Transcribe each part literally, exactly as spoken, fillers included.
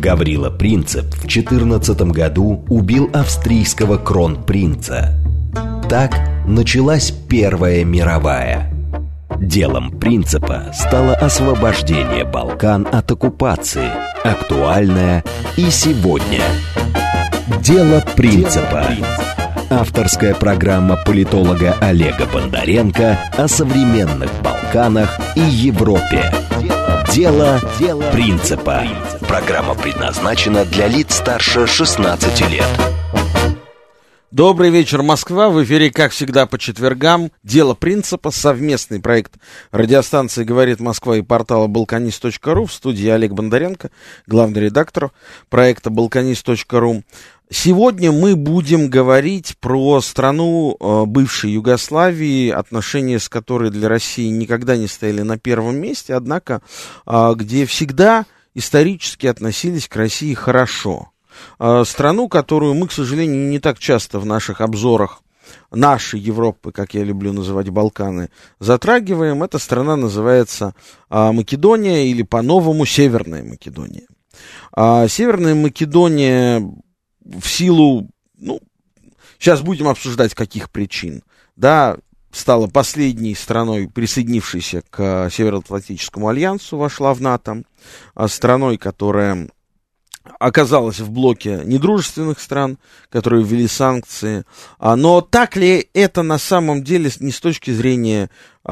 Гаврила Принцип в четырнадцатом году убил австрийского кронпринца. Так началась Первая мировая. Делом Принципа стало освобождение Балкан от оккупации, актуальное и сегодня. Дело Принципа. Авторская программа политолога Олега Бондаренко о современных Балканах и Европе. Дело Принципа. Программа предназначена для лиц старше шестнадцати лет. Добрый вечер, Москва. В эфире, как всегда, по четвергам «Дело Принципа», совместный проект радиостанции «Говорит Москва» и портала балканист точка ру. В студии Олег Бондаренко, главный редактор проекта балканист точка ру. Сегодня мы будем говорить про страну э, бывшей Югославии, отношения с которой для России никогда не стояли на первом месте, однако э, где всегда исторически относились к России хорошо. Страну, которую мы, к сожалению, не так часто в наших обзорах нашей Европы, как я люблю называть Балканы, затрагиваем. Эта страна называется Македония или по-новому Северная Македония. Северная Македония в силу, ну, сейчас будем обсуждать, каких причин, да, стала последней страной, присоединившейся к Североатлантическому альянсу, вошла в НАТО, страной, которая оказалась в блоке недружественных стран, которые ввели санкции. Но так ли это на самом деле не с точки зрения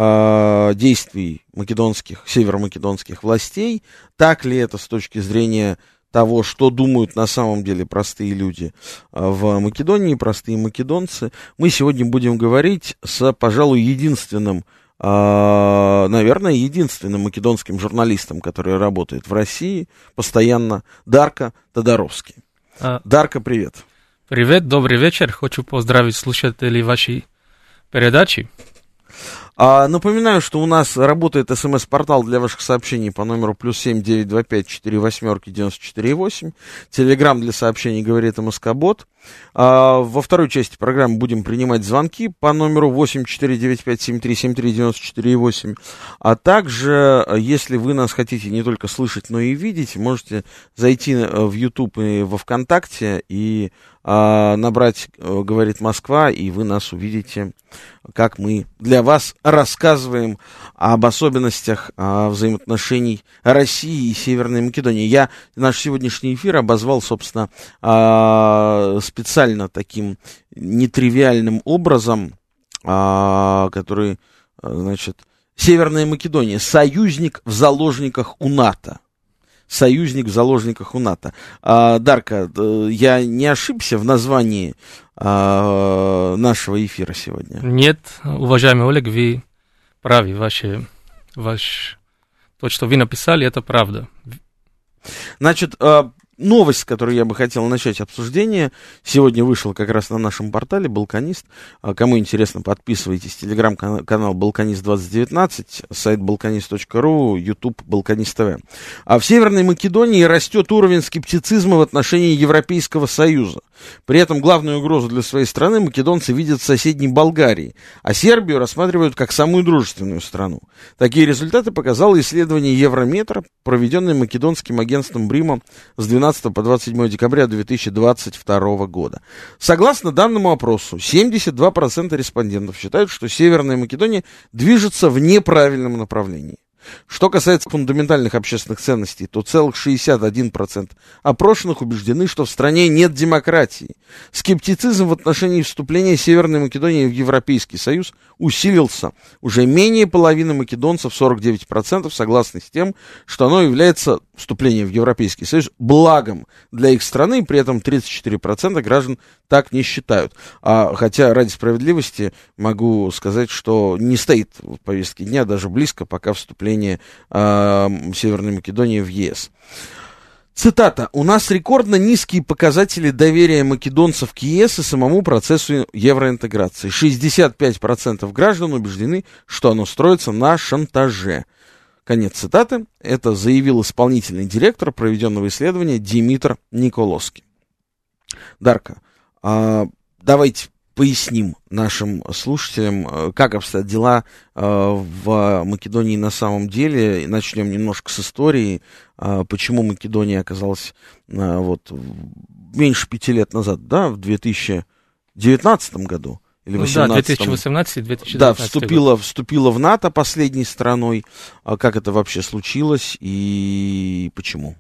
э, действий македонских, северомакедонских властей, так ли это с точки зрения того, что думают на самом деле простые люди в Македонии, простые македонцы, мы сегодня будем говорить с, пожалуй, единственным, наверное, единственным македонским журналистом, который работает в России постоянно, Дарко Тодоровский. А... Дарко, привет. Привет, добрый вечер. Хочу поздравить слушателей вашей передачи. А, напоминаю, что у нас работает смс-портал для ваших сообщений по номеру плюс семь девять два пять четыре восьмерки девяносто четыре восемь. Телеграм для сообщений «Говорит МСК-бот». А, во второй части программы будем принимать звонки по номеру восемь четыре девять пять семь три семь три девяносто четыре восемь. А также, если вы нас хотите не только слышать, но и видеть, можете зайти в YouTube и во ВКонтакте и а, набрать «Говорит Москва», и вы нас увидите, как мы для вас рассказываем об особенностях а, взаимоотношений России и Северной Македонии. Я наш сегодняшний эфир обозвал, собственно, а, специально таким нетривиальным образом, а, который, значит, Северная Македония — союзник в заложниках у НАТО. Союзник в заложниках у НАТО. А, Дарко, я не ошибся в названии а, нашего эфира сегодня? Нет, уважаемый Олег, вы правы. Ваше, ваш, то, что вы написали, это правда. Значит, новость, с которой я бы хотел начать обсуждение, сегодня вышла как раз на нашем портале «Балканист». Кому интересно, подписывайтесь. Телеграм-канал «Балканист двадцать девятнадцать», сайт балканист точка ру, YouTube «Балканист ТВ». А в Северной Македонии растет уровень скептицизма в отношении Европейского Союза. При этом главную угрозу для своей страны македонцы видят в соседней Болгарии, а Сербию рассматривают как самую дружественную страну. Такие результаты показало исследование Еврометра, проведенное македонским агентством Брима с двенадцатого по двадцать седьмое декабря две тысячи двадцать второго года. Согласно данному опросу, семьдесят два процента респондентов считают, что Северная Македония движется в неправильном направлении. Что касается фундаментальных общественных ценностей, то целых шестьдесят один процент опрошенных убеждены, что в стране нет демократии. Скептицизм в отношении вступления Северной Македонии в Европейский Союз усилился. Уже менее половины македонцев, сорок девять процентов, согласны с тем, что оно является, вступление в Европейский Союз, благом для их страны, при этом тридцать четыре процента граждан так не считают. А, хотя ради справедливости могу сказать, что не стоит в повестке дня даже близко пока вступление э, Северной Македонии в ЕС. Цитата. «У нас рекордно низкие показатели доверия македонцев к ЕС и самому процессу евроинтеграции. шестьдесят пять процентов граждан убеждены, что оно строится на шантаже». Конец цитаты. Это заявил исполнительный директор проведенного исследования Димитр Николоски. Дарко, а, давайте поясним нашим слушателям, как обстоят дела в Македонии на самом деле. Начнем немножко с истории, почему Македония оказалась вот, меньше пяти лет назад, да, в две тысячи девятнадцатом году. Или ну, да, две тысячи восемнадцатый - две тысячи девятнадцатый да, вступила, вступила в НАТО последней страной. Как это вообще случилось и почему?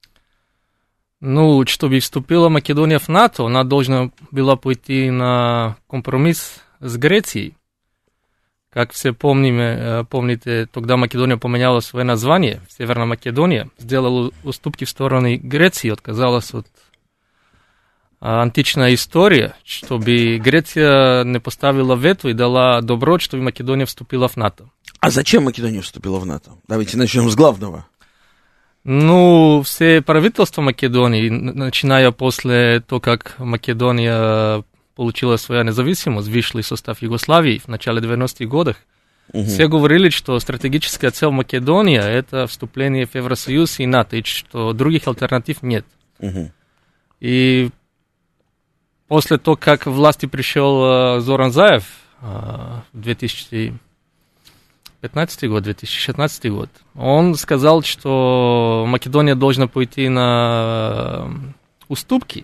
Ну, чтобы вступила Македония в НАТО, она должна была пойти на компромисс с Грецией. Как все помним, помните, тогда Македония поменяла свое название, Северная Македония, сделала уступки в сторону Греции, отказалась от античной истории, чтобы Греция не поставила вето и дала добро, чтобы Македония вступила в НАТО. А зачем Македония вступила в НАТО? Давайте начнем с главного. Ну, все правительства Македонии, начиная после того, как Македония получила свою независимость, вышла из состава Югославии в начале девяностых годов, угу. все говорили, что стратегическая цель Македонии – это вступление в Евросоюз и НАТО, и что других альтернатив нет. Угу. И после того, как в власти пришел Зоран Заев в две тысячи пятнадцатый год, две тысячи шестнадцатый год, он сказал, что Македония должна пойти на уступки,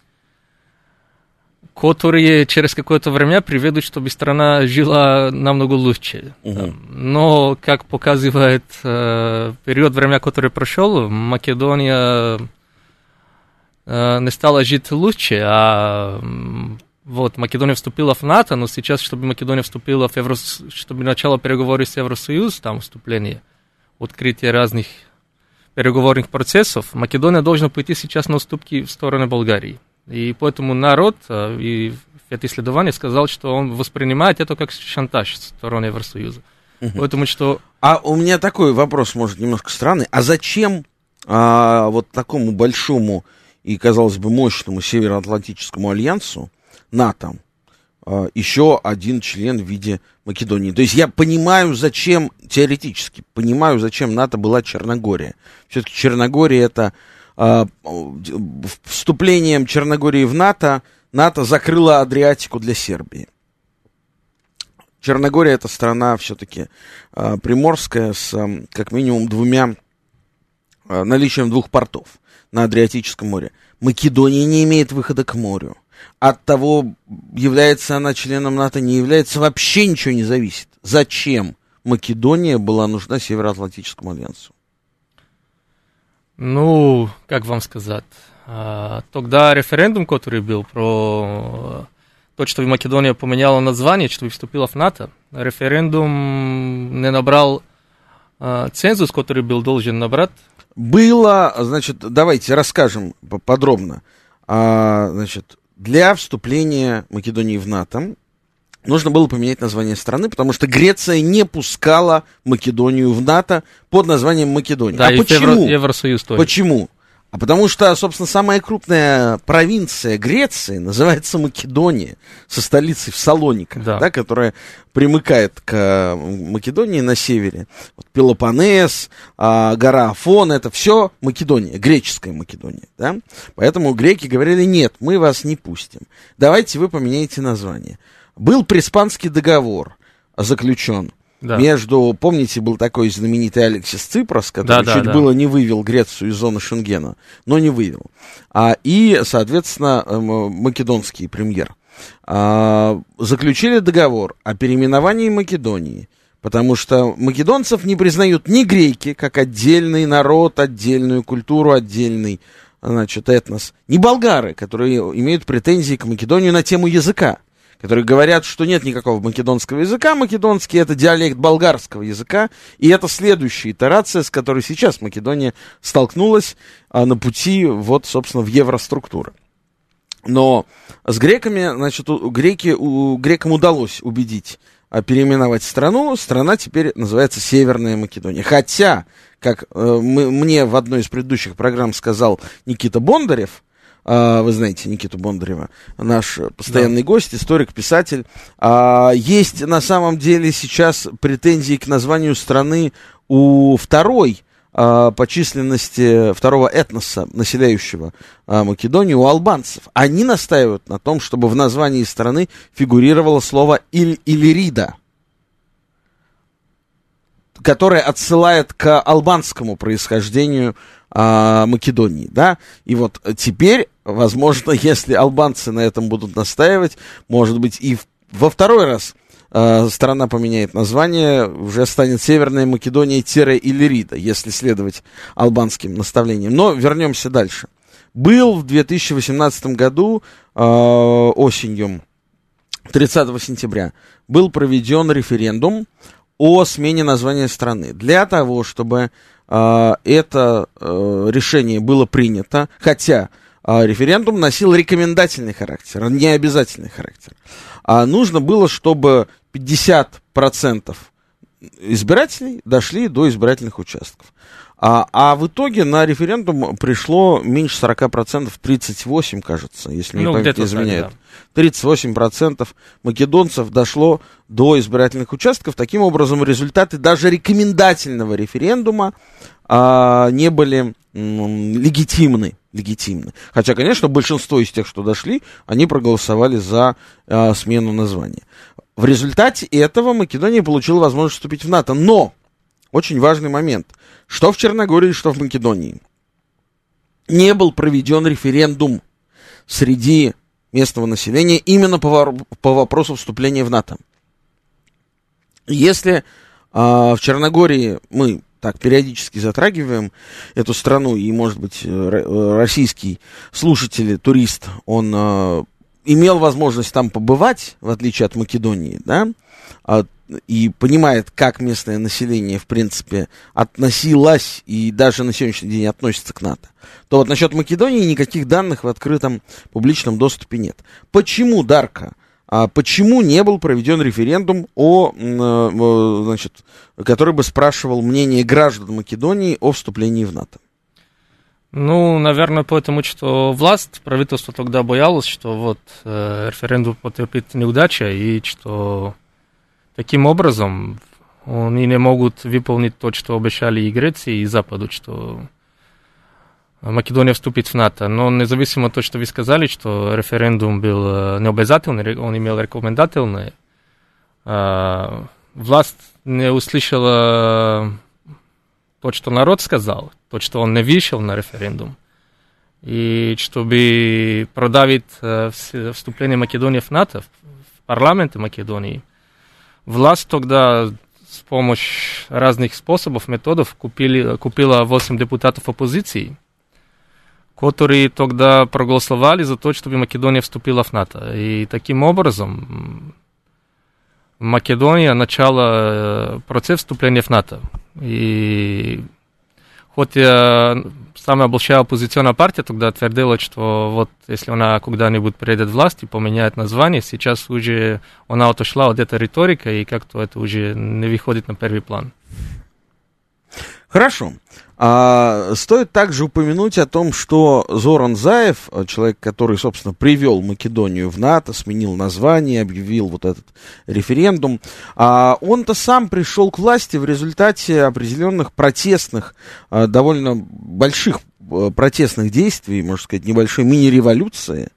которые через какое-то время приведут, чтобы страна жила намного лучше. Uh-huh. Но, как показывает э, период времени, который прошел, Македония э, не стала жить лучше, а вот, Македония вступила в НАТО, но сейчас, чтобы Македония вступила в Евросоюз, чтобы начало переговоров с Евросоюзом, там вступление, открытие разных переговорных процессов, Македония должна пойти сейчас на уступки в сторону Болгарии. И поэтому народ и это исследование сказал, что он воспринимает это как шантаж со стороны Евросоюза. Угу. Поэтому что... А у меня такой вопрос, может, немножко странный. А зачем а, вот такому большому и, казалось бы, мощному Североатлантическому альянсу НАТО а, еще один член в виде Македонии? То есть я понимаю, зачем, теоретически, понимаю, зачем НАТО была Черногория. Все-таки Черногория это... Вступлением Черногории в НАТО НАТО закрыло Адриатику для Сербии. Черногория это страна все-таки приморская с как минимум двумя наличием двух портов на Адриатическом море. Македония не имеет выхода к морю. От того, является она членом НАТО, не является, вообще ничего не зависит. Зачем Македония была нужна Североатлантическому альянсу? Ну, как вам сказать, тогда референдум, который был про то, что Македония поменяла название, чтобы вступила в НАТО, референдум не набрал цензус, который был должен набрать. Было, значит, давайте расскажем подробно. Значит, для вступления Македонии в НАТО нужно было поменять название страны, потому что Греция не пускала Македонию в НАТО под названием Македония. Да, а и почему? Евро, Евросоюз тоже. Почему? А потому что, собственно, самая крупная провинция Греции называется Македония, со столицей в Салониках, да. Да, которая примыкает к Македонии на севере. Вот Пелопоннес, а, гора Афон, это все Македония, греческая Македония. Да? Поэтому греки говорили, нет, мы вас не пустим. Давайте вы поменяете название. Был Преспанский договор заключен. Да. Между, помните, был такой знаменитый Алексис Ципрос, который да, чуть да, было да. не вывел Грецию из зоны Шенгена, но не вывел. А, и, соответственно, македонский премьер. А, заключили договор о переименовании Македонии, потому что македонцев не признают ни греки, как отдельный народ, отдельную культуру, отдельный, значит, этнос, ни болгары, которые имеют претензии к Македонии на тему языка, которые говорят, что нет никакого македонского языка, македонский это диалект болгарского языка, и это следующая итерация, с которой сейчас Македония столкнулась а, на пути, вот, собственно, в евроструктуры. Но с греками, значит, у, греки, у, грекам удалось убедить а, переименовать страну, страна теперь называется Северная Македония. Хотя, как э, мы, мне в одной из предыдущих программ сказал Никита Бондарев, вы знаете Никиту Бондарева, наш постоянный да. гость, историк, писатель. Есть на самом деле сейчас претензии к названию страны у второй а, по численности второго этноса, населяющего а, Македонию, у албанцев. Они настаивают на том, чтобы в названии страны фигурировало слово «Иль- Иллирида», которое отсылает к албанскому происхождению а, Македонии, да, и вот теперь, возможно, если албанцы на этом будут настаивать, может быть, и в, во второй раз а, страна поменяет название, уже станет Северная Македония-Иллирида, если следовать албанским наставлениям. Но вернемся дальше. Был в две тысячи восемнадцатом году а, осенью, тридцатого сентября, был проведен референдум о смене названия страны. Для того, чтобы э, это э, решение было принято, хотя э, референдум носил рекомендательный характер, не обязательный характер, а нужно было, чтобы пятьдесят процентов избирателей дошли до избирательных участков. А, а в итоге на референдум пришло меньше сорок процентов, тридцать восемь, кажется, если мне ну, память не изменяет. Так, да. тридцать восемь процентов македонцев дошло до избирательных участков. Таким образом, результаты даже рекомендательного референдума а, не были м, легитимны, легитимны. Хотя, конечно, большинство из тех, что дошли, они проголосовали за а, смену названия. В результате этого Македония получила возможность вступить в НАТО. Но очень важный момент. Что в Черногории, что в Македонии. Не был проведен референдум среди местного населения именно по, по вопросу вступления в НАТО. Если а, в Черногории мы так периодически затрагиваем эту страну, и, может быть, российский слушатель, турист, он а, имел возможность там побывать, в отличие от Македонии, да, а, и понимает, как местное население, в принципе, относилось и даже на сегодняшний день относится к НАТО, то вот насчет Македонии никаких данных в открытом публичном доступе нет. Почему, Дарка, а почему не был проведен референдум, о, значит, который бы спрашивал мнение граждан Македонии о вступлении в НАТО? Ну, наверное, потому что власть, правительство тогда боялось, что вот э, референдум потерпит неудача, и что таким образом они не могут выполнить то, что обещали и Греции, и Западу, что Македония вступит в НАТО. Но независимо от того, что вы сказали, что референдум был необязательный, он имел рекомендательный, власть не услышала то, что народ сказал, то, что он не вышел на референдум. И чтобы продавить вступление Македонии в НАТО, в парламент Македонии, власть тогда с помощью разных способов, методов купили, купила восемь депутатов оппозиции, которые тогда проголосовали за то, чтобы Македония вступила в НАТО. И таким образом Македония начала процесс вступления в НАТО. И хоть самая большая оппозиционная партия тогда твердила, что вот если она когда-нибудь придет в власть и поменяет название, сейчас уже она отошла от этой риторики, и как-то это уже не выходит на первый план. Хорошо. А, стоит также упомянуть о том, что Зоран Заев, человек, который, собственно, привел Македонию в НАТО, сменил название, объявил вот этот референдум, а, он-то сам пришел к власти в результате определенных протестных, а, довольно больших а, протестных действий, можно сказать, небольшой мини-революции,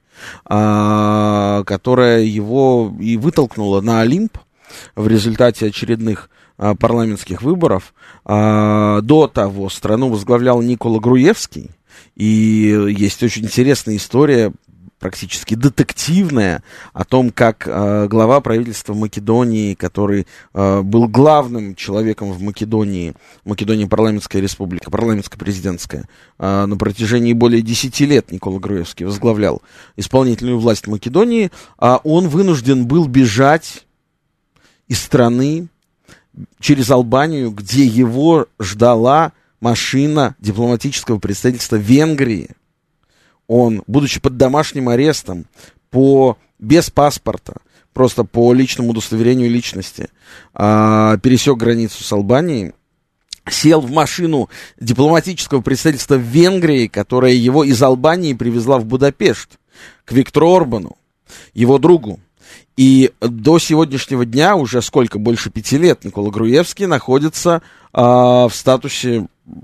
а, которая его и вытолкнула на Олимп в результате очередных парламентских выборов. До того страну возглавлял Никола Груевский, и есть очень интересная история, практически детективная, о том, как глава правительства Македонии, который был главным человеком в Македонии, Македония парламентская республика, парламентская президентская, на протяжении более десяти лет Никола Груевский возглавлял исполнительную власть Македонии, он вынужден был бежать из страны через Албанию, где его ждала машина дипломатического представительства Венгрии. Он, будучи под домашним арестом, по, без паспорта, просто по личному удостоверению личности, а, пересек границу с Албанией, сел в машину дипломатического представительства Венгрии, которая его из Албании привезла в Будапешт, к Виктору Орбану, его другу. И до сегодняшнего дня, уже сколько, больше пяти лет, Никола Груевский находится а, в статусе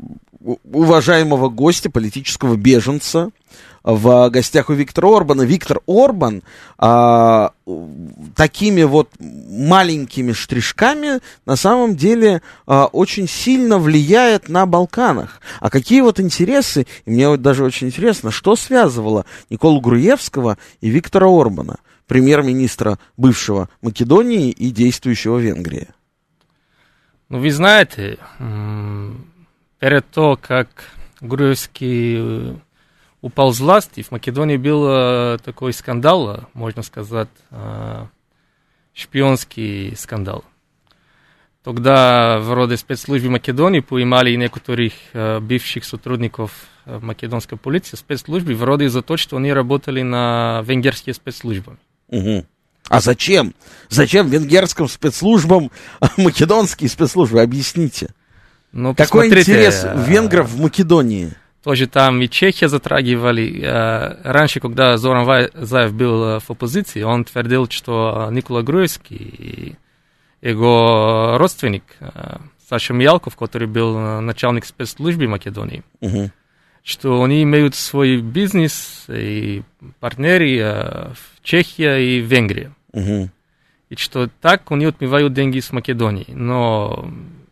уважаемого гостя, политического беженца, в гостях у Виктора Орбана. Виктор Орбан а, такими вот маленькими штришками на самом деле а, очень сильно влияет на Балканах. А какие вот интересы, и мне вот даже очень интересно, что связывало Николу Груевского и Виктора Орбана, премьер-министра бывшего Македонии и действующего Венгрии? Ну, вы знаете, перед то, как Груевский упал с власти, в Македонии был э, такой скандал, можно сказать, э, шпионский скандал. Тогда вроде спецслужбы Македонии поймали некоторых э, бывших сотрудников э, македонской полиции, спецслужбы, вроде за то, что они работали на венгерские спецслужбы. Угу. А зачем? Зачем венгерским спецслужбам македонские спецслужбы? Объясните. Ну, какой интерес венгров в Македонии? Тоже там и Чехия затрагивали. Раньше, когда Зоран Заев был в оппозиции, он твердил, что Никола Груевский и его родственник Саша Миялков, который был начальник спецслужбы Македонии, угу. что они имеют свой бизнес и партнеры в Чехии и в Венгрии. Угу. И что так они отмывают деньги с Македонии. Но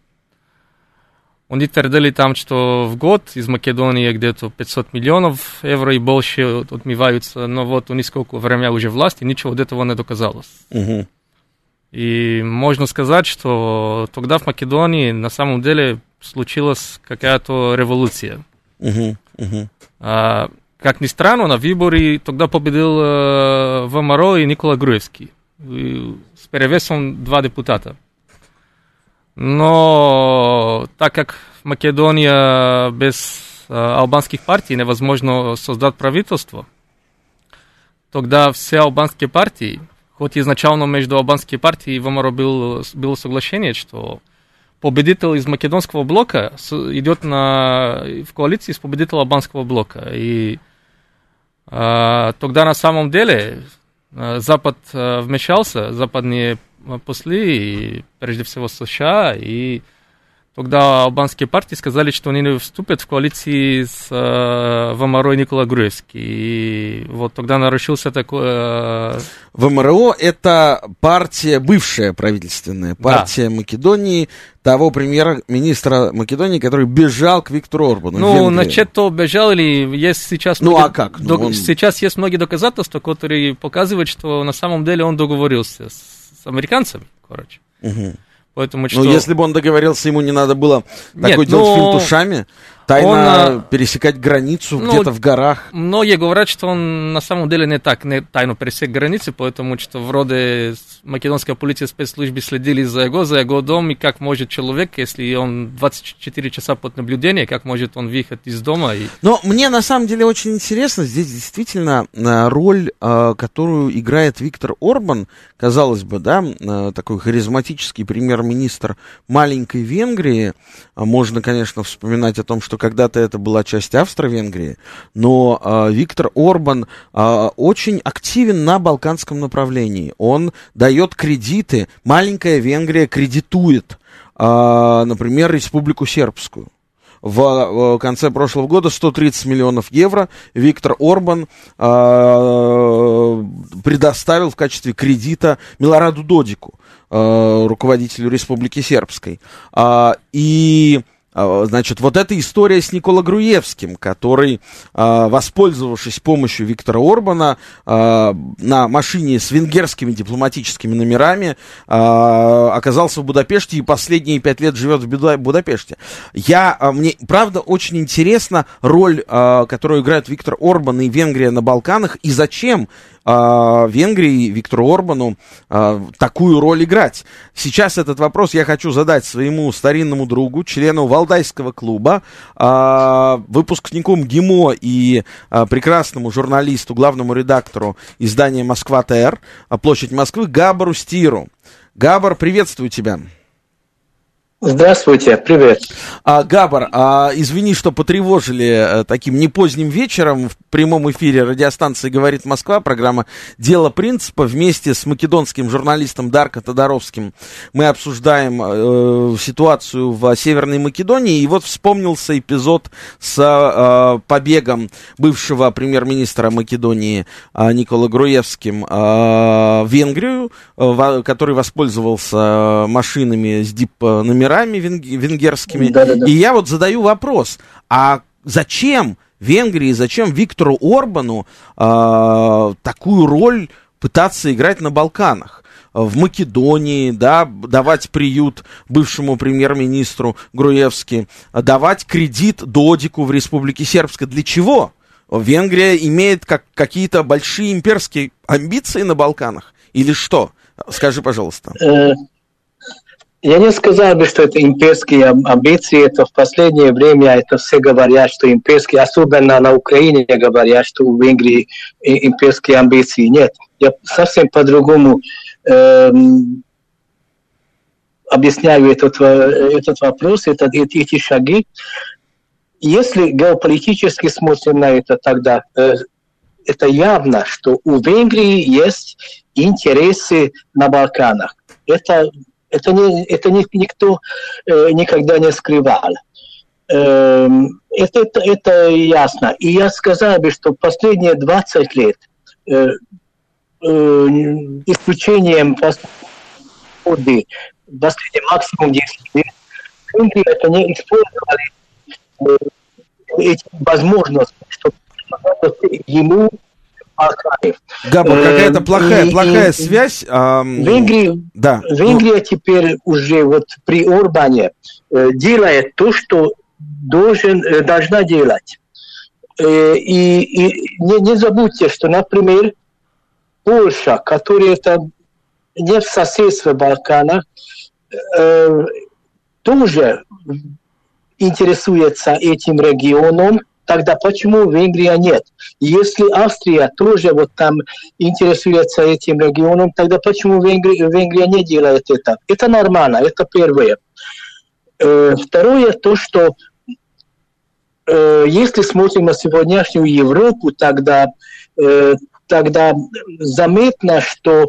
они твердили там, что в год из Македонии где-то пятьсот миллионов евро и больше отмываются, но вот у них сколько время уже власти, ничего от этого не доказалось. Угу. И можно сказать, что тогда в Македонии на самом деле случилась какая-то революция. Угу. Угу. А, как ни странно, на выборы тогда победил э, ВМРО и Никола Груевский и с перевесом два депутата. Но так как в Македонии без э, албанских партий невозможно создать правительство, тогда все албанские партии, хоть изначально между албанскими партией и ВМРО было, было соглашение, что победитель из македонского блока идет на, в коалиции с победителем албанского блока. И э, тогда на самом деле э, Запад э, вмешался, западные послы, и, прежде всего США, и тогда албанские партии сказали, что они не вступят в коалиции с э, ВМРО и Никола Груевский. И вот тогда нарушился такой... Э... ВМРО — это партия, бывшая правительственная партия да. Македонии, того премьер-министра Македонии, который бежал к Виктору Орбану. Ну, начать то бежал, или есть сейчас... Ну, многие... а как? Ну, До... он... Сейчас есть многие доказательства, которые показывают, что на самом деле он договорился с с американцами, короче. Угу. Поэтому, что... Ну, если бы он договорился, ему не надо было Нет, такой делать но... финт ушами, тайно он, пересекать границу ну, где-то в горах. Многие говорят, что он на самом деле не так, не тайно пересек границу, потому что вроде македонская полиция спецслужбы следили за его, за его дом, и как может человек, если он двадцать четыре часа под наблюдением, как может он выехать из дома. И... Но мне на самом деле очень интересно, здесь действительно роль, которую играет Виктор Орбан, казалось бы, да, такой харизматический премьер-министр маленькой Венгрии. Можно, конечно, вспоминать о том, что когда-то это была часть Австро-Венгрии, но э, Виктор Орбан э, очень активен на балканском направлении. Он дает кредиты, маленькая Венгрия кредитует, э, например, Республику Сербскую. В, в конце прошлого года сто тридцать миллионов евро Виктор Орбан э, предоставил в качестве кредита Милораду Додику, э, руководителю Республики Сербской. Э, и Значит, вот эта история с Никола Груевским, который, воспользовавшись помощью Виктора Орбана, на машине с венгерскими дипломатическими номерами оказался в Будапеште и последние пять лет живет в Будапеште. Я, мне, правда, очень интересна роль, которую играет Виктор Орбан и Венгрия на Балканах, и зачем Венгрии, Виктору Орбану такую роль играть. Сейчас этот вопрос я хочу задать своему старинному другу, члену Валдайского клуба, выпускнику МГИМО и прекрасному журналисту, главному редактору издания «Москва.ТР», «Площадь Москвы» Габару Стиру. Габар, приветствую тебя. Здравствуйте, привет. А, Габар, а, извини, что потревожили а, таким непоздним вечером в прямом эфире радиостанции «Говорит Москва», программа «Дело принципа». Вместе с македонским журналистом Дарко Тодоровским мы обсуждаем э, ситуацию в Северной Македонии. И вот вспомнился эпизод с э, побегом бывшего премьер-министра Македонии э, Никола Груевским э, в Венгрию, э, который воспользовался машинами с дип-номерами венгерскими. Да, да, да. И я вот задаю вопрос, а зачем Венгрии, зачем Виктору Орбану э, такую роль пытаться играть на Балканах? В Македонии, да, давать приют бывшему премьер-министру Груевски, давать кредит Додику в Республике Сербской. Для чего? Венгрия имеет как, какие-то большие имперские амбиции на Балканах? Или что? Скажи, пожалуйста. Я не сказал бы, что это имперские амбиции. Это в последнее время это все говорят, что имперские, особенно на Украине говорят, что у Венгрии имперские амбиции. Нет, я совсем по-другому эм, объясняю этот, этот вопрос, это, эти шаги. Если геополитически смотрим на это, тогда э, это явно, что у Венгрии есть интересы на Балканах. Это Это, не, это не, никто э, никогда не скрывал. Э, это, это, это ясно. И я сказал бы, что последние двадцать лет, э, э, исключением последних максимум десять лет, Венгрия это не использовали э, эти возможности, чтобы ему Габар, какая-то плохая, и, плохая и, связь. А... Венгрия, да. Венгрия теперь уже вот при Орбане э, делает то, что должен, э, должна делать. Э, и и не, не забудьте, что, например, Польша, которая это не в соседстве Балкана, э, тоже интересуется этим регионом. Тогда почему Венгрия нет? Если Австрия тоже вот там интересуется этим регионом, тогда почему Венгрия, Венгрия не делает это? Это нормально, это первое. Э, второе, то, что э, если смотрим на сегодняшнюю Европу, тогда, э, тогда заметно, что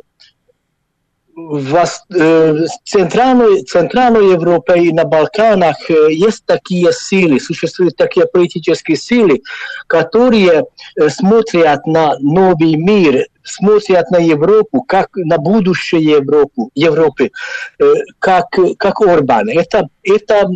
в Центральной, Центральной Европе и на Балканах есть такие силы, существуют такие политические силы, которые смотрят на новый мир, смотрят на Европу, как на будущее Европу, Европы, как, как Орбан. Это, это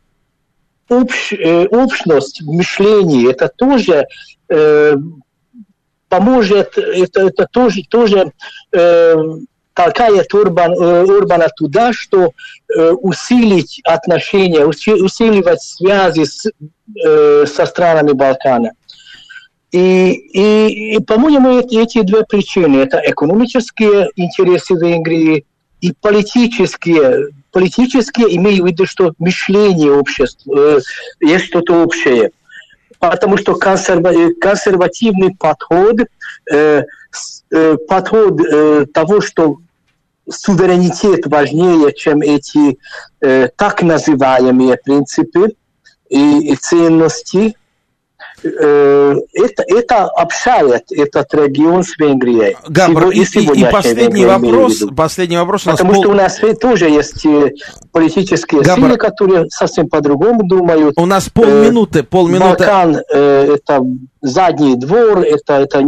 общ, общность мышления, это тоже э, поможет, это, это тоже, тоже э, толкает Орбан, Орбана туда, что э, усилить отношения, усиливать связи с, э, со странами Балкана. И, и, и по-моему, эти, эти две причины, это экономические интересы Венгрии и политические, политические, имею в виду, что мышление общества, э, есть что-то общее. Потому что консерва, консервативный подход, э, подход э, того, что суверенитет важнее, чем эти э, так называемые принципы и, и ценности, э, это, это общает этот регион с Венгрией. Габр, и, и, и последний вопрос, последний вопрос. Потому что пол... у нас тоже есть политические Габр... силы, которые совсем по-другому думают. У нас полминуты, э, полминуты. Балкан э, это задний двор, это, это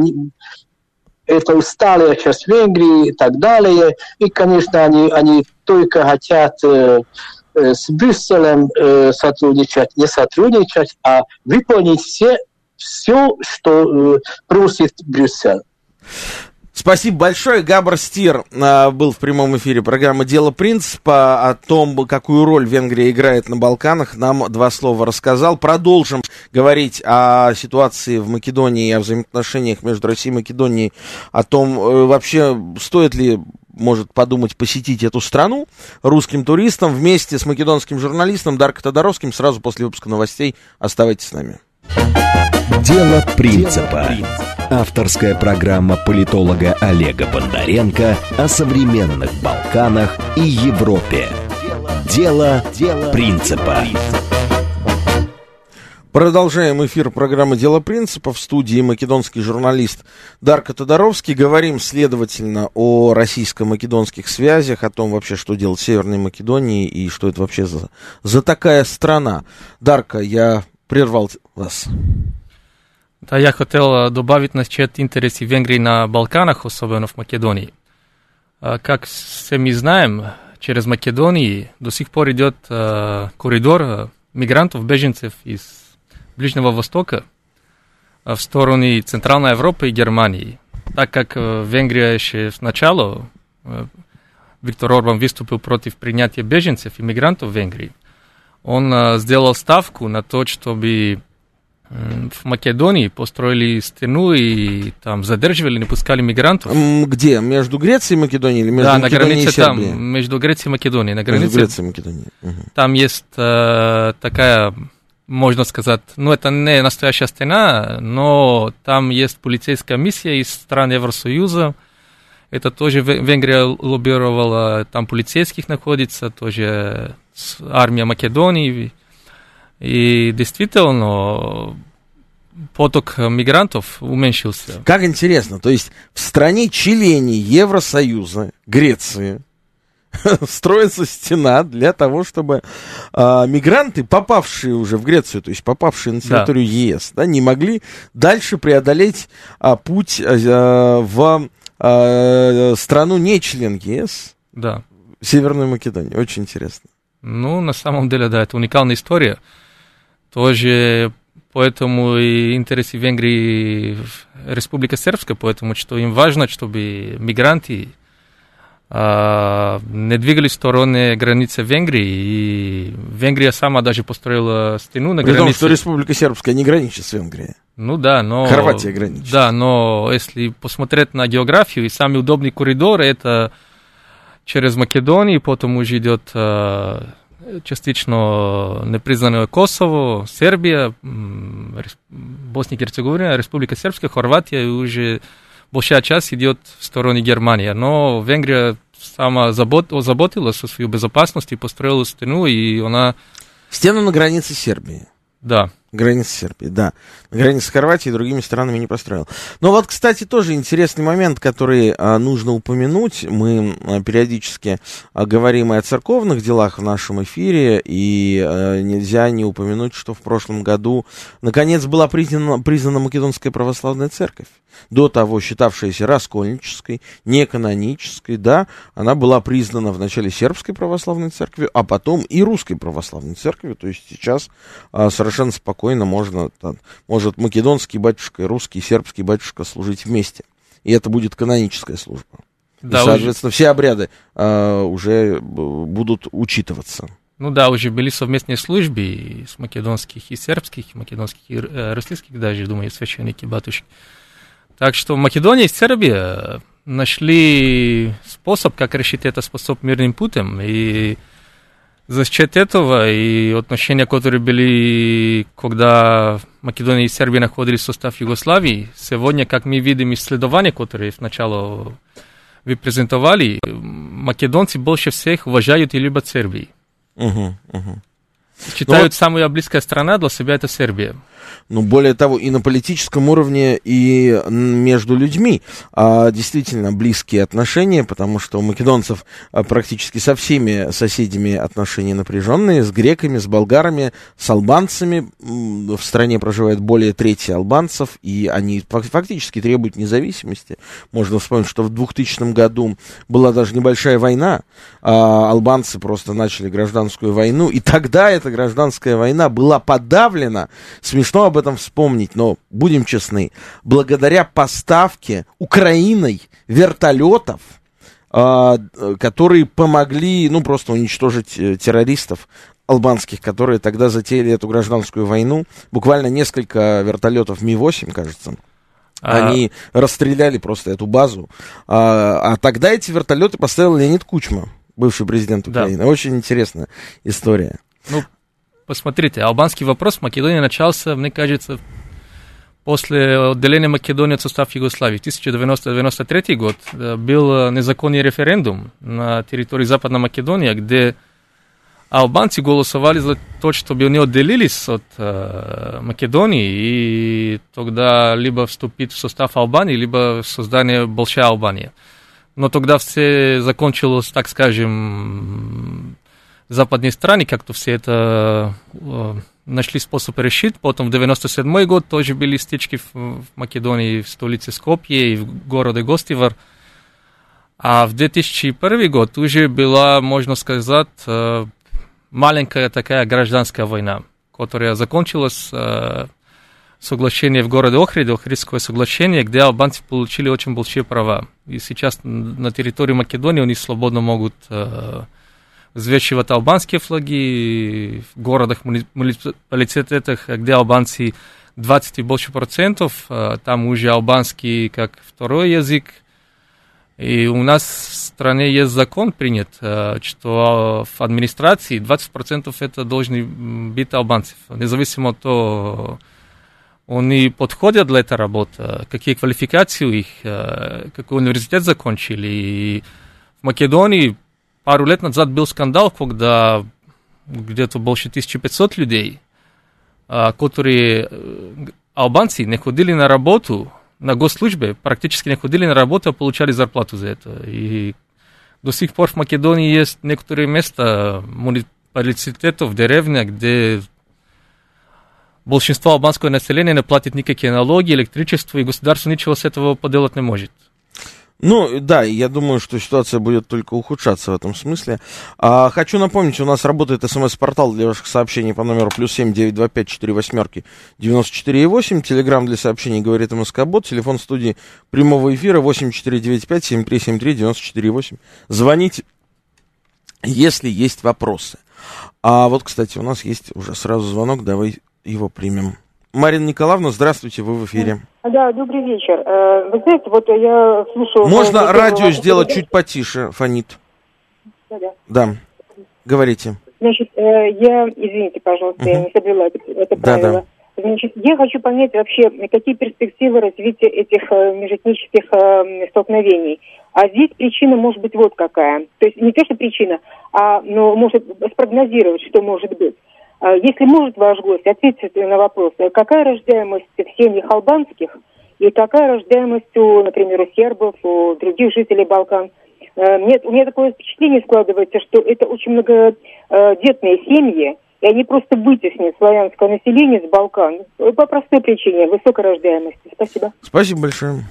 это усталая часть Венгрии и так далее. И, конечно, они, они только хотят э, э, с Брюсселем э, сотрудничать, не сотрудничать, а выполнить все, все что э, просит Брюссель. Спасибо большое. Габр Стир а, был в прямом эфире программы «Дело принципа». О том, какую роль Венгрия играет на Балканах, нам два слова рассказал. Продолжим говорить о ситуации в Македонии, о взаимоотношениях между Россией и Македонией, о том, э, вообще стоит ли, может, подумать посетить эту страну русским туристам вместе с македонским журналистом Дарко Тодоровским сразу после выпуска новостей. Оставайтесь с нами. «Дело принципа». Авторская программа политолога Олега Бондаренко о современных Балканах и Европе. Дело, дело принципа. Продолжаем эфир программы «Дело принципа». В студии македонский журналист Дарко Тодоровский. Говорим, следовательно, о российско-македонских связях, о том вообще, что делать в Северной Македонии и что это вообще за, за такая страна. Дарко, я прервал вас. Да, я хотел добавить насчет интересов Венгрии на Балканах, особенно в Македонии. Как все мы знаем, через Македонию до сих пор идет коридор мигрантов, беженцев из Ближнего Востока в сторону Центральной Европы и Германии. Так как Венгрия еще сначала, Виктор Орбан выступил против принятия беженцев и мигрантов в Венгрии, он сделал ставку на то, чтобы в Македонии построили стену и там задерживали, не пускали мигрантов. Где? Между Грецией и Македонией или между да, Македонией на границе и Сербией? Там, между Грецией и Македонией. На границе, между Грецией и Македонией. Угу. Там есть э, такая, можно сказать, ну это не настоящая стена, но там есть полицейская миссия из стран Евросоюза. Это тоже Венгрия лоббировала, там полицейских находится, тоже армия Македонии. И действительно, поток мигрантов уменьшился. Как интересно, то есть в стране члене Евросоюза, Греции, строится стена для того, чтобы а, мигранты, попавшие уже в Грецию, то есть попавшие на территорию да. ЕС, да, не могли дальше преодолеть а, путь а, в а, страну не член ЕС, да. Северную Македонию. Очень интересно. Ну, на самом деле, да, это уникальная история. Тоже поэтому и интересы Венгрии Республика Сербская, поэтому что им важно, чтобы мигранты а, не двигались в сторону границы Венгрии. И Венгрия сама даже построила стену на При границе. том, что Республика Сербская не граничит с Венгрией. Ну да, но... Хорватия граничит. Да, но если посмотреть на географию, и самый удобный коридор это через Македонию, потом уже идет а, частично непризнанное Косово, Сербия, Босния и Герцеговина, Республика Сербская, Хорватия, и уже большая часть идет в сторону Германии. Но Венгрия сама заботилась о своей безопасности, построила стену, и она... Стену на границе Сербии. Да. Граница Сербии, да. На границе Хорватии и другими странами не построил. Но вот, кстати, тоже интересный момент, который а, нужно упомянуть. Мы а, периодически а, говорим и о церковных делах в нашем эфире, и а, нельзя не упомянуть, что в прошлом году, наконец, была признана, признана Македонская православная церковь. До того считавшаяся раскольнической, неканонической, да, она была признана вначале сербской православной церковью, а потом и русской православной церковью. То есть сейчас а, совершенно спокойно можно, там, может македонский батюшка, русский, сербский батюшка служить вместе. И это будет каноническая служба. Да, и, соответственно, уже... все обряды а, уже будут учитываться. Ну да, уже были совместные службы и с македонских, и сербских, и македонских, и российских даже, думаю, священники, батюшки. Так что Македония и Сербия нашли способ, как решить этот способ мирным путем. И за счет этого и отношения, которые были, когда Македония и Сербия находились в составе Югославии, сегодня, как мы видим исследования, которые сначала вы презентовали, македонцы больше всех уважают и любят Сербию. Угу, угу. Считают, вот, самая близкая страна для себя это Сербия. Ну, более того, и на политическом уровне, и между людьми а, действительно близкие отношения, потому что у македонцев а, практически со всеми соседями отношения напряженные, с греками, с болгарами, с албанцами. В стране проживает более трети албанцев, и они фактически требуют независимости. Можно вспомнить, что в двухтысячном году была даже небольшая война, а, албанцы просто начали гражданскую войну, и тогда эта гражданская война была подавлена, смешно об этом вспомнить, но будем честны, благодаря поставке Украиной вертолетов, э, которые помогли, ну, просто уничтожить э, террористов албанских, которые тогда затеяли эту гражданскую войну. Буквально несколько вертолетов Ми восемь, кажется. А... Они расстреляли просто эту базу. А, а тогда эти вертолеты поставил Леонид Кучма, бывший президент Украины. Да. Очень интересная история. Ну, посмотрите, албанский вопрос в Македонии начался, мне кажется, после отделения Македонии от состава Югославии. В тысяча девятьсот девяносто третий год был незаконный референдум на территории Западной Македонии, где албанцы голосовали за то, чтобы они отделились от э, Македонии и тогда либо вступить в состав Албании, либо в создание Большой Албании. Но тогда все закончилось, так скажем, западные страны, как-то все это э, нашли способ решить. Потом в девяносто седьмой год тоже были стычки в, в Македонии, в столице Скопье и в городе Гостивар. А в две тысячи первый год уже была, можно сказать, э, маленькая такая гражданская война, которая закончилась э, соглашением в городе Охрид, Охридское соглашение, где албанцы получили очень большие права. И сейчас на территории Македонии они свободно могут э, взвешивать албанские флаги в городах, муниципалитетах, где албанцы двадцать и больше процентов, э, там уже албанский как второй язык. И у нас в стране есть закон принят, что в администрации двадцать процентов это должны быть албанцев. Независимо от того, они подходят для этой работы, какие квалификации у них, какой университет закончили. И в Македонии пару лет назад был скандал, когда где-то больше тысяча пятьсот людей, которые албанцы не ходили на работу, на госслужбе, практически не ходили на работу, а получали зарплату за это. И до сих пор в Македонии есть некоторые места, муниципалитетов в деревнях, где большинство албанского населения не платит никакие налоги, электричество, и государство ничего с этого поделать не может. Ну, да, я думаю, что ситуация будет только ухудшаться в этом смысле. А, хочу напомнить, у нас работает смс-портал для ваших сообщений по номеру плюс семь девятьсот двадцать пять четыре восьмерки девяносто четыре восемь. Телеграм для сообщений говорит МСК-бот. Телефон студии прямого эфира восемь четыре девять пять семь три семь три девяносто четыре восемь. Звоните, если есть вопросы. А вот, кстати, у нас есть уже сразу звонок, давай его примем. Марина Николаевна, здравствуйте, вы в эфире. Да, добрый вечер. Вы знаете, вот я слушала... Можно радио сделать чуть потише, фонит. Да, да. Да, говорите. Значит, я, извините, пожалуйста, uh-huh. я не соблюла это, это правило. Да, да. Значит, я хочу понять вообще, какие перспективы развития этих межэтнических столкновений. А здесь причина может быть вот какая. То есть не то, что причина, а ну, может спрогнозировать, что может быть. Если может ваш гость ответить на вопрос, какая рождаемость в семьях албанских и какая рождаемость у, например, у сербов, у других жителей Балкан? Мне, у меня такое впечатление складывается, что это очень многодетные семьи, и они просто вытеснят славянское население с Балкан по простой причине высокой рождаемости. Спасибо. Спасибо большое.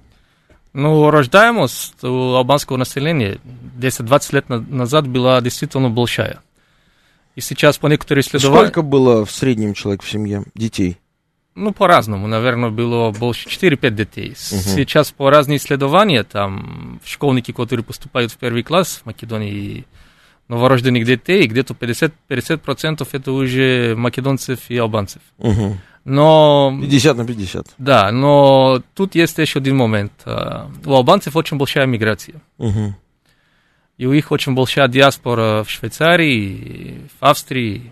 Ну, рождаемость у албанского населения десять-двадцать лет назад была действительно большая. И сейчас по некоторым исследованиям... Сколько было в среднем человек в семье, детей? Ну, по-разному. Наверное, было больше четыре-пять детей. Угу. Сейчас по разным исследованиям, там, школьники, которые поступают в первый класс в Македонии, новорожденных детей, где-то пятьдесят процентов это уже македонцев и албанцев. Угу. Но... пятьдесят на пятьдесят. Да, но тут есть еще один момент. У албанцев очень большая миграция. Угу. И у них очень большая диаспора в Швейцарии, в Австрии,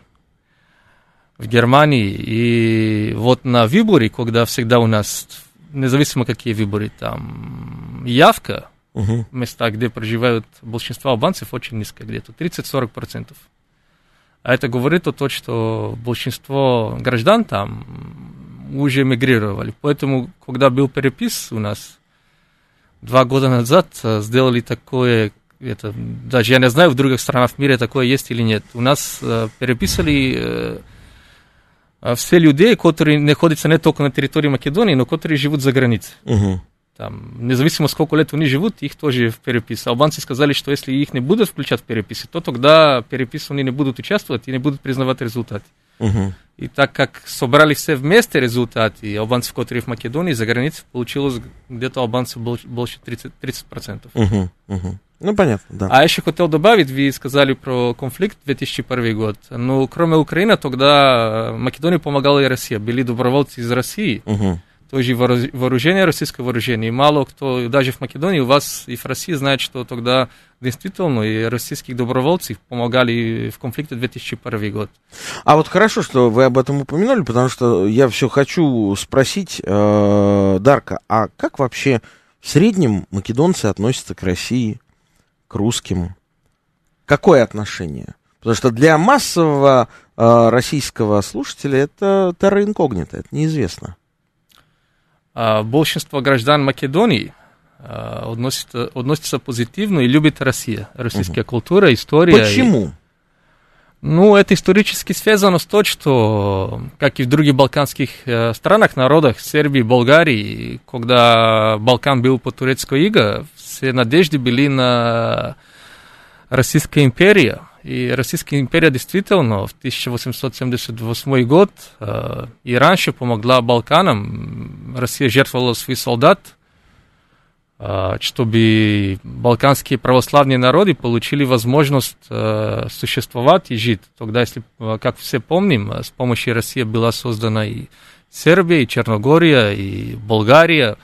в Германии. И вот на выборе, когда всегда у нас, независимо какие выборы, там явка, uh-huh. места, где проживают большинство албанцев, очень низкая, где-то тридцать-сорок процентов. А это говорит о том, что большинство граждан там уже мигрировали. Поэтому, когда был перепис у нас два года назад, сделали такое... Это, даже я не знаю, в других странах в мире такое есть или нет. У нас э, переписали э, все людей, которые находятся не только на территории Македонии, но которые живут за границей. Uh-huh. Там, независимо, сколько лет они живут, их тоже в перепис. Албанцы сказали, что если их не будут включать в переписи, то тогда в переписи они не будут участвовать и не будут признавать результаты. Uh-huh. И так как собрали все вместе результаты, албанцев, которые в Македонии, за границей, получилось где-то албанцев больше тридцать процентов. Uh-huh. Uh-huh. Ну, понятно, да. А еще хотел добавить, вы сказали про конфликт две тысячи первый год. Ну, кроме Украины, тогда Македонии помогала и Россия. Были добровольцы из России, uh-huh. тоже вооружение, российское вооружение. И мало кто, даже в Македонии, у вас и в России знает, что тогда действительно и российских добровольцев помогали в конфликте две тысячи первый год. А вот хорошо, что вы об этом упомянули, потому что я все хочу спросить, э, Дарка, а как вообще в среднем македонцы относятся к России, к русским? Какое отношение? Потому что для массового э, российского слушателя это терра инкогнита, это неизвестно. А большинство граждан Македонии а, относится, относится позитивно и любит Россию, российская угу. культура, история. Почему? И, ну, это исторически связано с тем, что, как и в других балканских э, странах, народах, Сербии, Болгарии, когда Балкан был под турецкой игой, все надежды были на Российскую империю. И Российская империя действительно в тысяча восемьсот семьдесят восьмой год э, и раньше помогла Балканам. Россия жертвовала своих солдат, э, чтобы балканские православные народы получили возможность э, существовать и жить. Тогда, если, как все помним, с помощью России была создана и Сербия, и Черногория, и Болгария.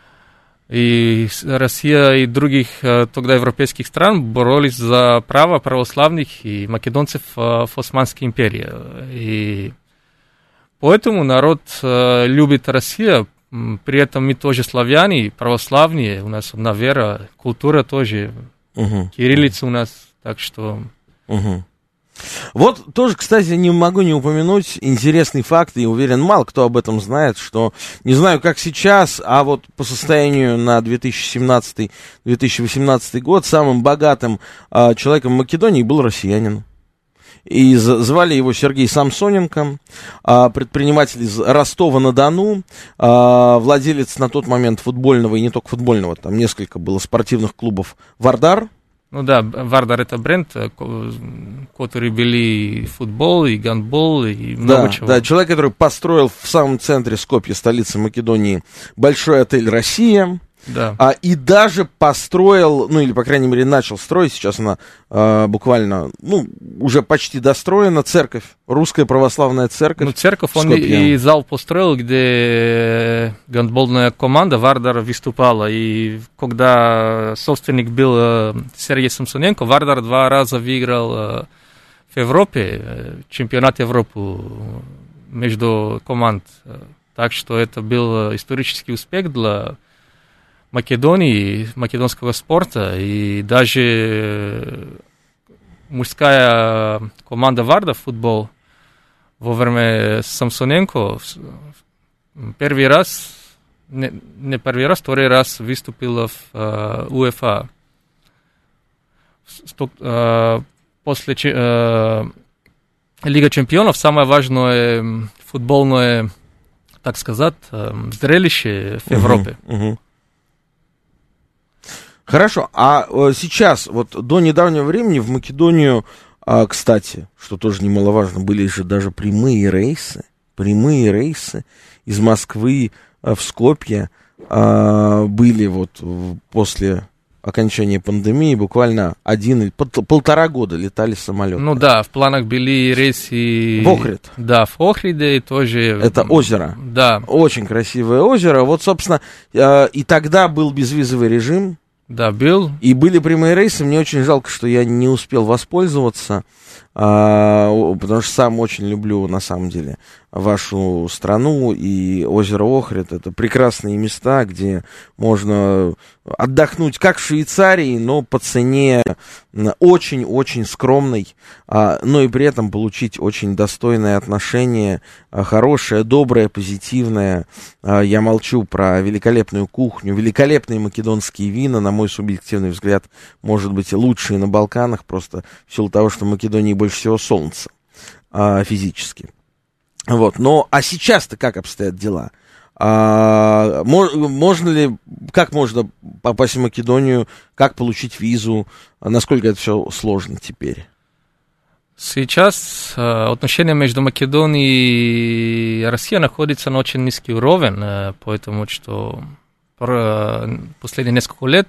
И Россия и других тогда европейских стран боролись за право православных и македонцев в Османской империи. И поэтому народ любит Россию, при этом мы тоже славяне, православные, у нас одна вера, культура тоже, угу. кириллица у нас, так что... Угу. Вот тоже, кстати, не могу не упомянуть интересный факт, и уверен, мало кто об этом знает, что, не знаю, как сейчас, а вот по состоянию на две тысячи семнадцатый — две тысячи восемнадцатый год самым богатым а, человеком в Македонии был россиянин. И звали его Сергей Самсоненко, а, предприниматель из Ростова-на-Дону, а, владелец на тот момент футбольного, и не только футбольного, там несколько было спортивных клубов «Вардар». Ну да, Вардар это бренд, который были футбол, и гандбол, и много да, чего. Да, человек, который построил в самом центре Скопья, столицы Македонии, большой отель «Россия». Да. А, и даже построил, ну или, по крайней мере, начал строить, сейчас она а, буквально, ну, уже почти достроена, церковь, русская православная церковь. Ну, церковь он и, и зал построил, где гандбольная команда Вардар выступала. И когда собственник был Сергей Самсоненко, Вардар два раза выиграл в Европе, чемпионат Европы между команд. Так что это был исторический успех для Македонии, македонского спорта, и даже мужская команда Варда в футбол во время Самсоненко первый раз, не, не первый раз, второй раз выступила в uh, УЕФА. Uh, после uh, Лига чемпионов самое важное футбольное, так сказать, uh, зрелище в Европе. Uh-huh, uh-huh. Хорошо, а э, сейчас, вот до недавнего времени в Македонию, э, кстати, что тоже немаловажно, были же даже прямые рейсы, прямые рейсы из Москвы э, в Скопье, э, были вот после окончания пандемии, буквально один или пол, полтора года летали самолеты. Ну да, в планах были рейсы... В Охрид. Да, в Охриде тоже... Это озеро. Да. Очень красивое озеро. Вот, собственно, э, и тогда был безвизовый режим. Да, был. И были прямые рейсы. Мне очень жалко, что я не успел воспользоваться, а, потому что сам очень люблю, на самом деле, вашу страну. И озеро Охрид — это прекрасные места, где можно отдохнуть, как в Швейцарии, но по цене очень-очень скромной, а, но и при этом получить очень достойное отношение, а, хорошее, доброе, позитивное. А, я молчу про великолепную кухню, великолепные македонские вина, на мой субъективный взгляд, может быть, и лучшие на Балканах, просто в силу того, что в Македонии больше всего солнца а, физически. Вот. Но, а сейчас-то как обстоят дела? А, можно ли, как можно попасть в Македонию, как получить визу, насколько это все сложно теперь? Сейчас э, отношения между Македонией и Россией находятся на очень низкий уровень, э, потому что э, последние несколько лет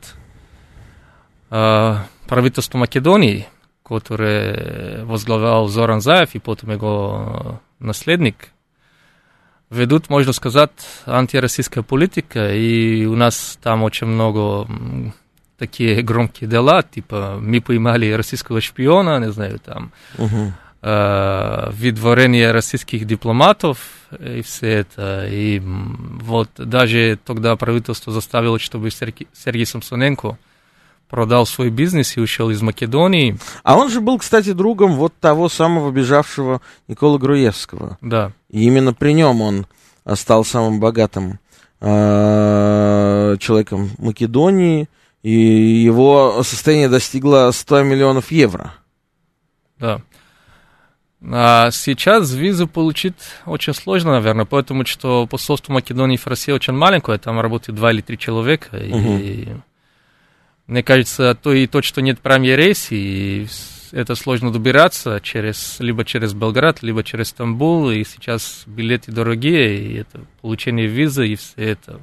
э, правительство Македонии, которое возглавлял Зоран Заев и потом его наследник, ведут, можно сказать, антироссийская политика, и у нас там очень много такие громкие дела, типа мы поймали российского шпиона, не знаю, там, uh-huh. э, выдворение российских дипломатов и все это. И вот даже тогда правительство заставило, чтобы Сергей, Сергей Самсоненко продал свой бизнес и ушел из Македонии. А он же был, кстати, другом вот того самого бежавшего Николы Груевского. Да. И именно при нем он стал самым богатым э, человеком Македонии, и его состояние достигло сто миллионов евро. Да. А сейчас визу получить очень сложно, наверное, потому что посольство Македонии в России очень маленькое, там работает два или три человека, угу. И мне кажется, то и то, что нет прямой рейса, и это сложно добираться через, либо через Белград, либо через Стамбул, и сейчас билеты дорогие, и это получение визы, и все это.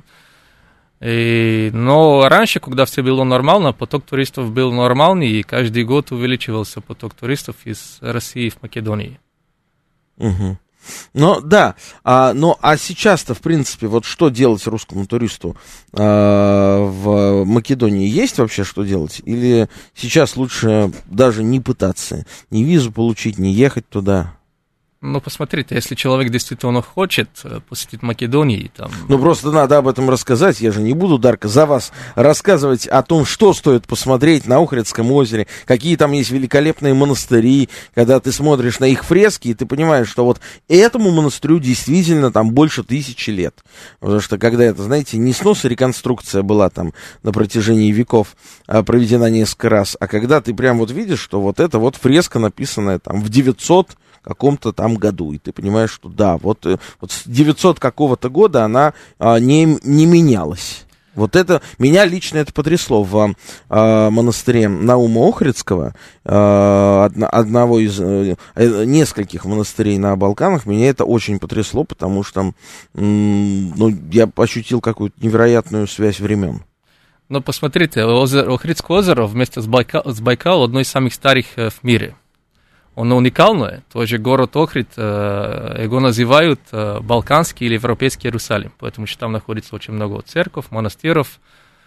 И, но раньше, когда все было нормально, поток туристов был нормальный, и каждый год увеличивался поток туристов из России в Македонии. Угу. Ну, да, а, ну, а сейчас-то, в принципе, вот что делать русскому туристу а, в Македонии? Есть вообще что делать? Или сейчас лучше даже не пытаться, ни визу получить, не ехать туда? Ну, посмотрите, если человек действительно хочет посетить Македонию, там... Ну, просто надо об этом рассказать. Я же не буду, Дарка, за вас рассказывать о том, что стоит посмотреть на Охридском озере, какие там есть великолепные монастыри, когда ты смотришь на их фрески, и ты понимаешь, что вот этому монастырю действительно там больше тысячи лет. Потому что когда это, знаете, не снос и реконструкция была там на протяжении веков а, проведена несколько раз, а когда ты прям вот видишь, что вот это вот фреска, написанная там в девятьсот каком-то там году, и ты понимаешь, что да, вот, вот с девятисотого какого-то года она а, не, не менялась. Вот это, меня лично это потрясло в а, монастыре Наума Охридского, а, одно, одного из а, нескольких монастырей на Балканах, меня это очень потрясло, потому что м, ну, я ощутил какую-то невероятную связь времен. Ну, посмотрите, озеро, Охридское озеро вместе с, Байка, с Байкалом одно из самых старых в мире. Оно уникальное, тоже город Охрид, э, его называют э, Балканский или Европейский Иерусалим, потому что там находится очень много церквей, монастыров.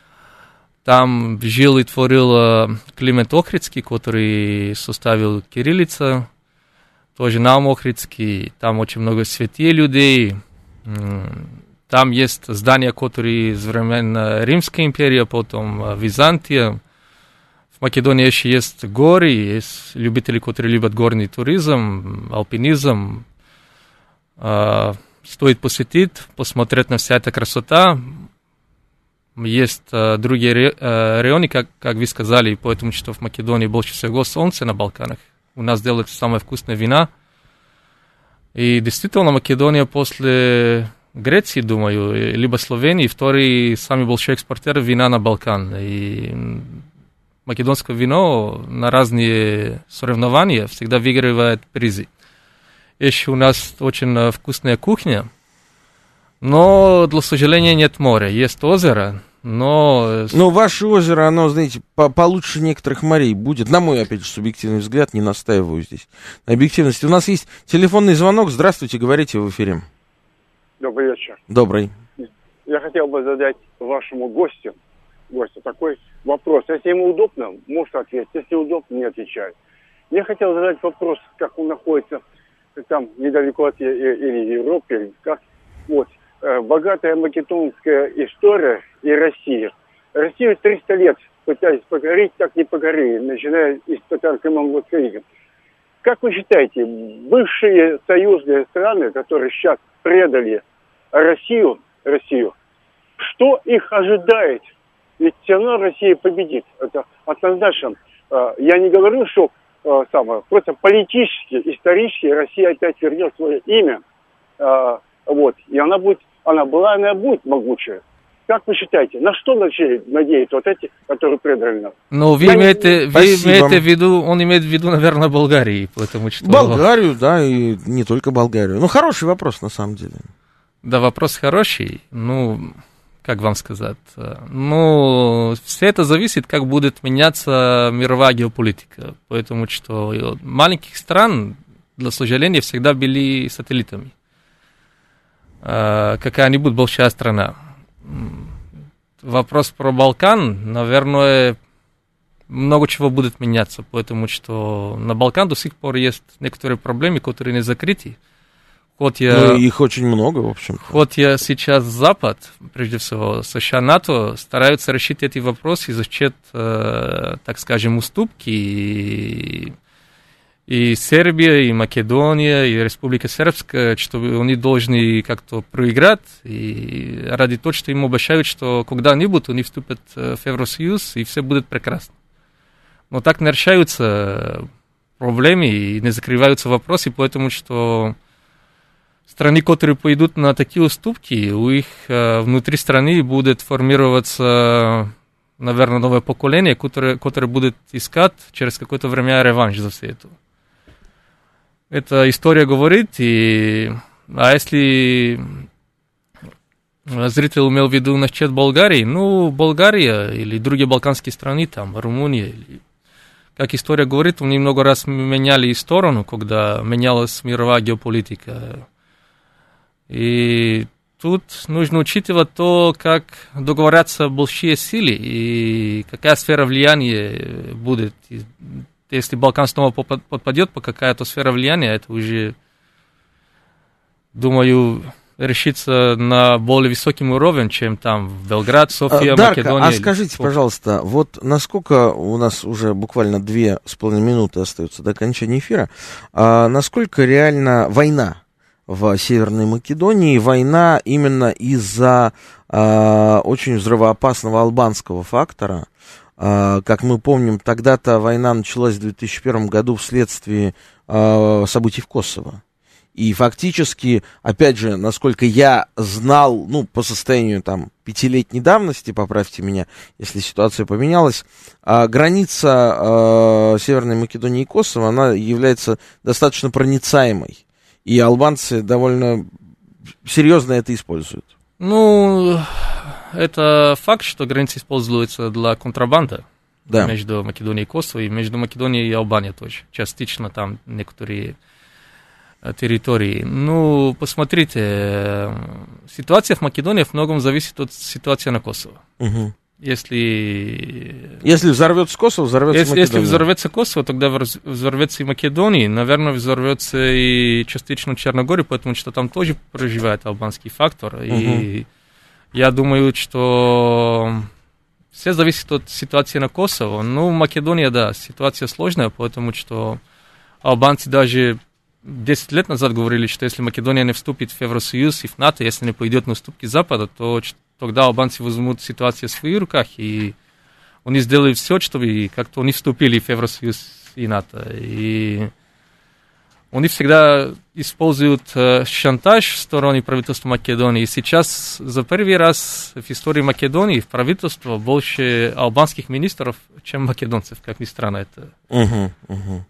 Там жил и творил э, Климент Охридский, который составил кириллицу, тоже Наум Охридский, там очень много святых людей. Там есть здания, которые из времен Римской империи, потом э, Византия. В Македонии еще есть горы, есть любители, которые любят горный туризм, альпинизм. Э, стоит посетить, посмотреть на вся эта красота. Есть э, другие ре, э, районы, как, как вы сказали, поэтому что в Македонии больше всего солнца на Балканах. У нас делают самое вкусное вина. И действительно, Македония после Греции, думаю, либо Словении, второй самый большой экспортер вина на Балкан. И македонское вино на разные соревнования всегда выигрывает призы. Еще у нас очень вкусная кухня, но, для сожаления, нет моря. Есть озеро, но... Ну, ваше озеро, оно, знаете, по- получше некоторых морей будет. На мой, опять же, субъективный взгляд, не настаиваю здесь на объективности. У нас есть телефонный звонок. Здравствуйте, говорите в эфире. Добрый вечер. Добрый. Я хотел бы задать вашему гостю, гостю такой вопрос. Если ему удобно, может ответить. Если удобно, не отвечает. Я хотел задать вопрос, как он находится там недалеко от или Европы, или как. Вот. Богатая македонская история и Россия. Россию триста лет пытались покорить, так не покорили, начиная из татаро-монгольского ига. Как вы считаете, бывшие союзные страны, которые сейчас предали Россию, Россию, что их ожидает? Ведь все равно Россия победит. Это однозначно. Я не говорю, что самое, просто политически, исторически Россия опять вернет свое имя. Вот. И она будет, она была, она будет могучая. Как вы считаете, на что надеются вот эти, которые предали нас? Ну, вы, имеете, вы имеете в виду, он имеет в виду, наверное, Болгарию, потому что... Болгарию, да, и не только Болгарию. Ну, хороший вопрос, на самом деле. Да, вопрос хороший. Ну, как вам сказать? Ну, все это зависит, как будет меняться мировая геополитика. Потому что маленьких стран, для сожаления, всегда были сателлитами. Какая-нибудь большая страна. Вопрос про Балкан, наверное, много чего будет меняться, потому что на Балкан до сих пор есть некоторые проблемы, которые не закрыты. хоть я... Ну, их очень много, в общем. Хоть я сейчас Запад, прежде всего, США, НАТО, стараются решить эти вопросы за счет, э, так скажем, уступки. И, и Сербия, и Македония, и Республика Сербская, что они должны как-то проиграть. И ради того, что им обещают, что когда-нибудь они вступят в Евросоюз, и все будет прекрасно. Но так не решаются проблемы и не закрываются вопросы, потому что страны, которые пойдут на такие уступки, у их э, внутри страны будет формироваться, наверное, новое поколение, которое, которое будет искать через какое-то время реванш за все это. Эта история говорит, и, а если зритель имел в виду насчет Болгарии, ну, Болгария или другие балканские страны, там, Румыния, или, как история говорит, они много раз меняли сторону, когда менялась мировая геополитика. И тут нужно учитывать то, как договорятся большие силы и какая сфера влияния будет. И если Балкан снова подпадет по какая-то сфера влияния, это уже, думаю, решится на более высоким уровне, чем там Белград, София, Дарко, Македония. А скажите, или... пожалуйста, вот насколько у нас уже буквально две с половиной минуты остается до окончания эфира, а насколько реально война в Северной Македонии, война именно из-за э, очень взрывоопасного албанского фактора. Э, как мы помним, тогда-то война началась в две тысячи первом году вследствие э, событий в Косово. И фактически, опять же, насколько я знал, ну, по состоянию там пятилетней давности, поправьте меня, если ситуация поменялась, э, граница э, Северной Македонии и Косово, она является достаточно проницаемой. И албанцы довольно серьезно это используют. Ну, это факт, что граница используется для контрабанды, да, между Македонией и Косово, и между Македонией и Албанией тоже. Частично там некоторые территории. Ну, посмотрите, ситуация в Македонии в многом зависит от ситуации на Косово. Угу. Если... Если взорвется Косово, взорвется если, Македония. Если взорвется Косово, тогда взорвется и Македония. Наверное, взорвется и частично Черногория, потому что там тоже проживает албанский фактор. Угу. И я думаю, что все зависит от ситуации на Косово. Ну, Македония, да, ситуация сложная, потому что албанцы даже десять лет назад говорили, что если Македония не вступит в Евросоюз и в НАТО, если не пойдет на уступки Запада, то тогда албанцы возьмут ситуацию в своих руках, и они сделают все, чтобы как-то они вступили в Евросоюз и НАТО. И они всегда используют э, шантаж в стороне правительства Македонии. И сейчас за первый раз в истории Македонии в правительстве больше албанских министров, чем македонцев, как ни странно это. Угу, угу.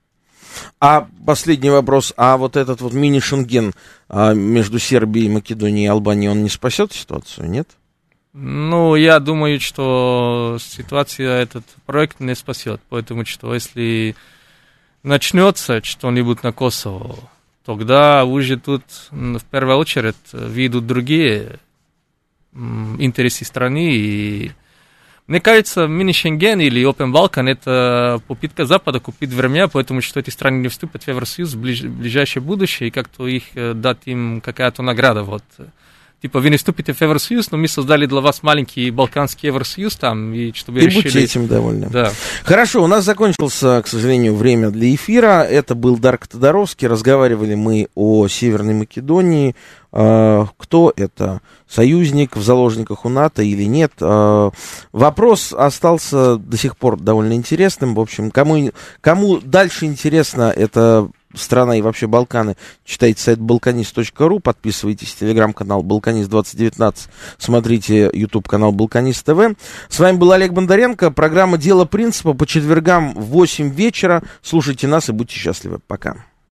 А последний вопрос, а вот этот вот мини-Шенген а, между Сербией, Македонией и Албанией, он не спасет ситуацию, нет? Ну, я думаю, что ситуация, этот проект не спасет, потому что если начнется что-нибудь на Косово, тогда уже тут в первую очередь видят другие интересы страны. И мне кажется, мини-Шенген или Open Balkan — это попытка Запада купить время, потому что эти страны не вступят в Евросоюз в ближ- ближайшее будущее, и как-то их дать им какая-то награда. Вот. Типа, вы не вступите в Евросоюз, но мы создали для вас маленький Балканский Евросоюз там, и чтобы и решили... будьте этим довольны. Да. Хорошо, у нас закончился, к сожалению, время для эфира. Это был Дарко Тодоровский. Разговаривали мы о Северной Македонии. Кто это? Союзник в заложниках у НАТО или нет? Вопрос остался до сих пор довольно интересным. В общем, кому, кому дальше интересно это... страна и вообще Балканы, читайте сайт балканист точка ру, подписывайтесь на телеграм-канал Балканист двадцать девятнадцать, смотрите YouTube-канал Балканист ТВ. С вами был Олег Бондаренко, программа «Дело принципа» по четвергам в восемь вечера. Слушайте нас и будьте счастливы. Пока.